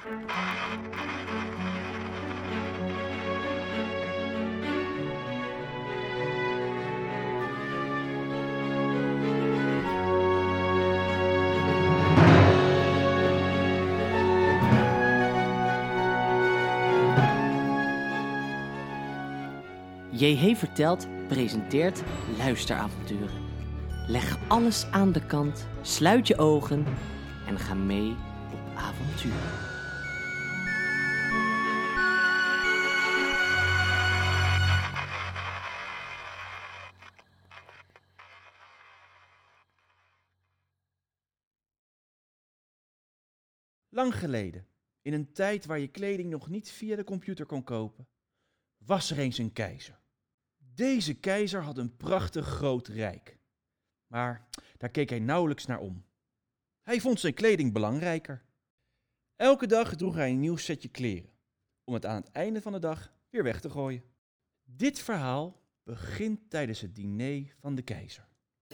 J.H. Vertelt presenteert luisteravonturen. Leg alles aan de kant, sluit je ogen en ga mee op avontuur. Lang geleden, in een tijd waar je kleding nog niet via de computer kon kopen, was er eens een keizer. Deze keizer had een prachtig groot rijk. Maar daar keek hij nauwelijks naar om. Hij vond zijn kleding belangrijker. Elke dag droeg hij een nieuw setje kleren, om het aan het einde van de dag weer weg te gooien. Dit verhaal begint tijdens het diner van de keizer.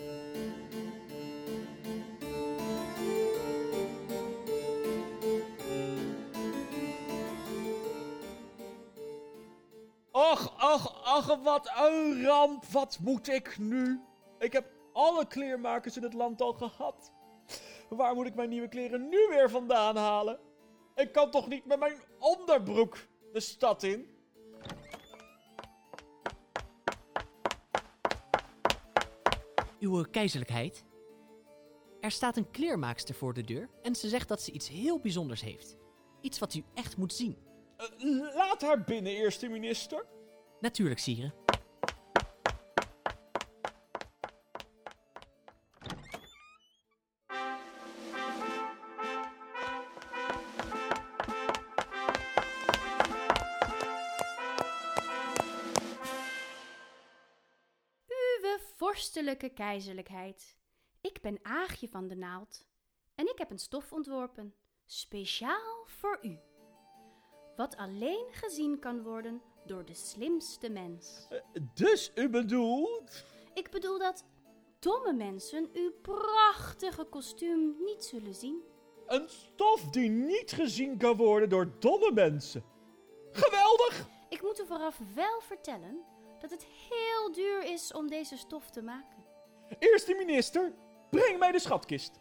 Ach, wat een ramp. Wat moet ik nu? Ik heb alle kleermakers in het land al gehad. Waar moet ik mijn nieuwe kleren nu weer vandaan halen? Ik kan toch niet met mijn onderbroek de stad in? Uwe keizerlijkheid, er staat een kleermaakster voor de deur en ze zegt dat ze iets heel bijzonders heeft. Iets wat u echt moet zien. Laat haar binnen, eerste minister. Natuurlijk, sire. Uwe vorstelijke keizerlijkheid. Ik ben Aagje van de Naald en ik heb een stof ontworpen, speciaal voor u. Wat alleen gezien kan worden door de slimste mens. Dus u bedoelt? Ik bedoel dat domme mensen uw prachtige kostuum niet zullen zien. Een stof die niet gezien kan worden door domme mensen. Geweldig! Ik moet u vooraf wel vertellen dat het heel duur is om deze stof te maken. Eerste minister, breng mij de schatkist.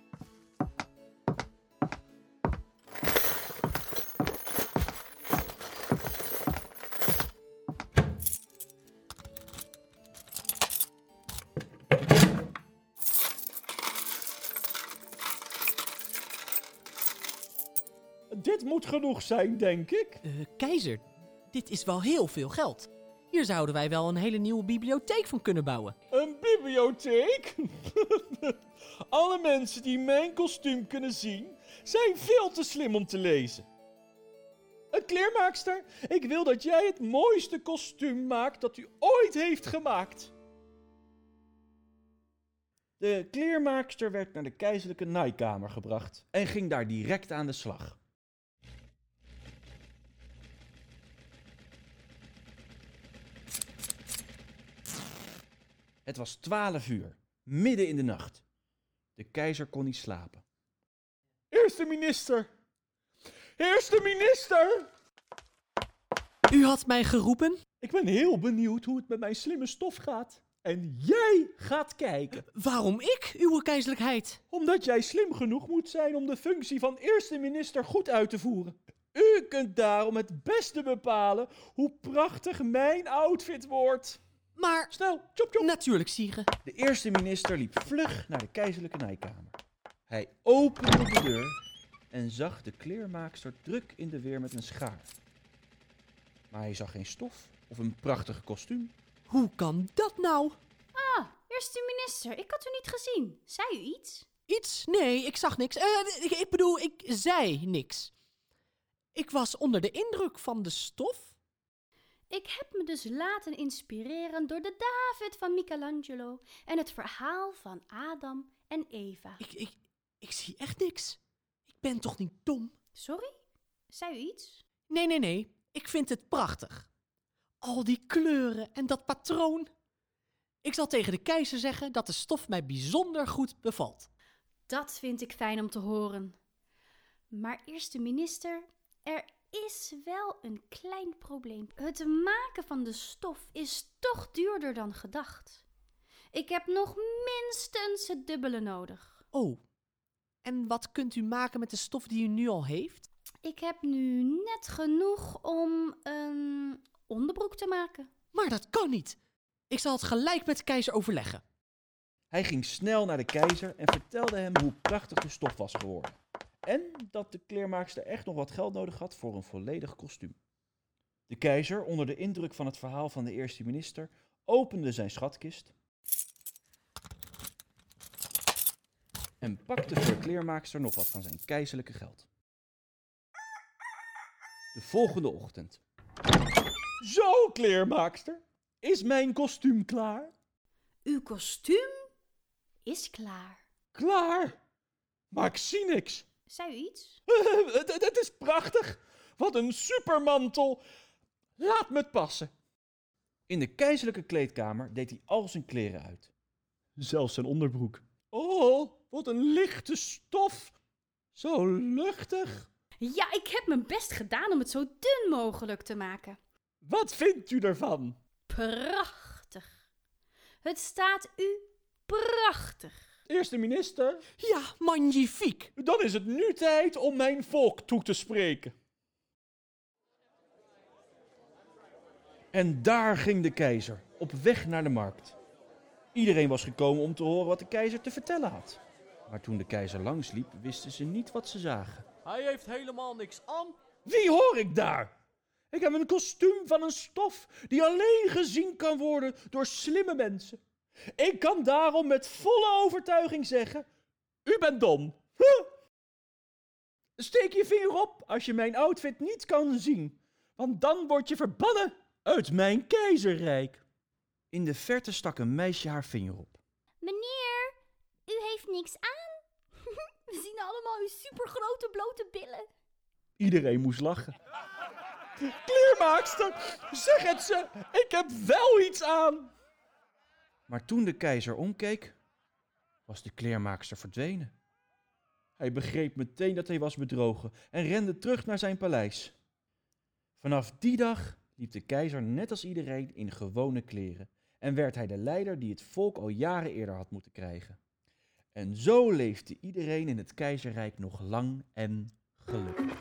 Dit moet genoeg zijn, denk ik. Keizer, dit is wel heel veel geld. Hier zouden wij wel een hele nieuwe bibliotheek van kunnen bouwen. Een bibliotheek? Alle mensen die mijn kostuum kunnen zien, zijn veel te slim om te lezen. Een kleermaakster, ik wil dat jij het mooiste kostuum maakt dat u ooit heeft gemaakt. De kleermaakster werd naar de keizerlijke naaikamer gebracht en ging daar direct aan de slag. Het was 12 uur, midden in de nacht. De keizer kon niet slapen. Eerste minister! Eerste minister! U had mij geroepen? Ik ben heel benieuwd hoe het met mijn slimme stof gaat. En jij gaat kijken. Waarom ik, uwe keizerlijkheid? Omdat jij slim genoeg moet zijn om de functie van eerste minister goed uit te voeren. U kunt daarom het beste bepalen hoe prachtig mijn outfit wordt. Maar... Snel, tjop tjop. Natuurlijk, sire. De eerste minister liep vlug naar de keizerlijke naaikamer. Hij opende de deur en zag de kleermaakster druk in de weer met een schaar. Maar hij zag geen stof of een prachtig kostuum. Hoe kan dat nou? Ah, eerste minister, ik had u niet gezien. Zei u iets? Iets? Nee, ik zag niks. Ik bedoel, ik zei niks. Ik was onder de indruk van de stof. Ik heb me dus laten inspireren door de David van Michelangelo en het verhaal van Adam en Eva. Ik zie echt niks. Ik ben toch niet dom? Sorry? Zei u iets? Nee. Ik vind het prachtig. Al die kleuren en dat patroon. Ik zal tegen de keizer zeggen dat de stof mij bijzonder goed bevalt. Dat vind ik fijn om te horen. Maar eerste minister, er is wel een klein probleem. Het maken van de stof is toch duurder dan gedacht. Ik heb nog minstens het dubbele nodig. Oh, en wat kunt u maken met de stof die u nu al heeft? Ik heb nu net genoeg om een onderbroek te maken. Maar dat kan niet. Ik zal het gelijk met de keizer overleggen. Hij ging snel naar de keizer en vertelde hem hoe prachtig de stof was geworden. En dat de kleermaakster echt nog wat geld nodig had voor een volledig kostuum. De keizer, onder de indruk van het verhaal van de eerste minister, opende zijn schatkist en pakte voor de kleermaakster nog wat van zijn keizerlijke geld. De volgende ochtend. Zo, kleermaakster, is mijn kostuum klaar? Uw kostuum is klaar. Klaar? Maar ik zie niks. Zei u iets? Het is prachtig. Wat een supermantel. Laat me het passen. In de keizerlijke kleedkamer deed hij al zijn kleren uit. Zelfs zijn onderbroek. Oh, wat een lichte stof. Zo luchtig. Ja, ik heb mijn best gedaan om het zo dun mogelijk te maken. Wat vindt u ervan? Prachtig. Het staat u prachtig. Eerste minister, Ja, magnifiek. dan is het nu tijd om mijn volk toe te spreken. En daar ging de keizer, op weg naar de markt. Iedereen was gekomen om te horen wat de keizer te vertellen had. Maar toen de keizer langsliep, wisten ze niet wat ze zagen. Hij heeft helemaal niks aan. Wie hoor ik daar? Ik heb een kostuum van een stof die alleen gezien kan worden door slimme mensen. Ik kan daarom met volle overtuiging zeggen, u bent dom. Huh? Steek je vinger op als je mijn outfit niet kan zien, want dan word je verbannen uit mijn keizerrijk. In de verte stak een meisje haar vinger op. Meneer, u heeft niks aan. We zien allemaal uw supergrote blote billen. Iedereen moest lachen. Kleermaakster, zeg het ze, ik heb wel iets aan. Maar toen de keizer omkeek, was de kleermaakster verdwenen. Hij begreep meteen dat hij was bedrogen en rende terug naar zijn paleis. Vanaf die dag liep de keizer net als iedereen in gewone kleren en werd hij de leider die het volk al jaren eerder had moeten krijgen. En zo leefde iedereen in het keizerrijk nog lang en gelukkig.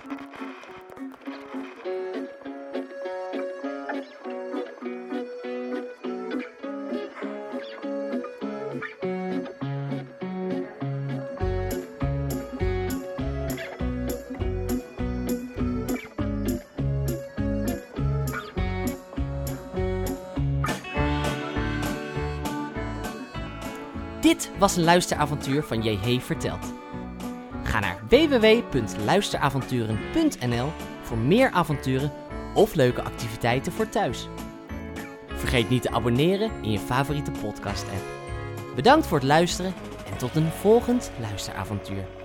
Dit was een luisteravontuur van JH Vertelt. Ga naar www.luisteravonturen.nl voor meer avonturen of leuke activiteiten voor thuis. Vergeet niet te abonneren in je favoriete podcast-app. Bedankt voor het luisteren en tot een volgend luisteravontuur.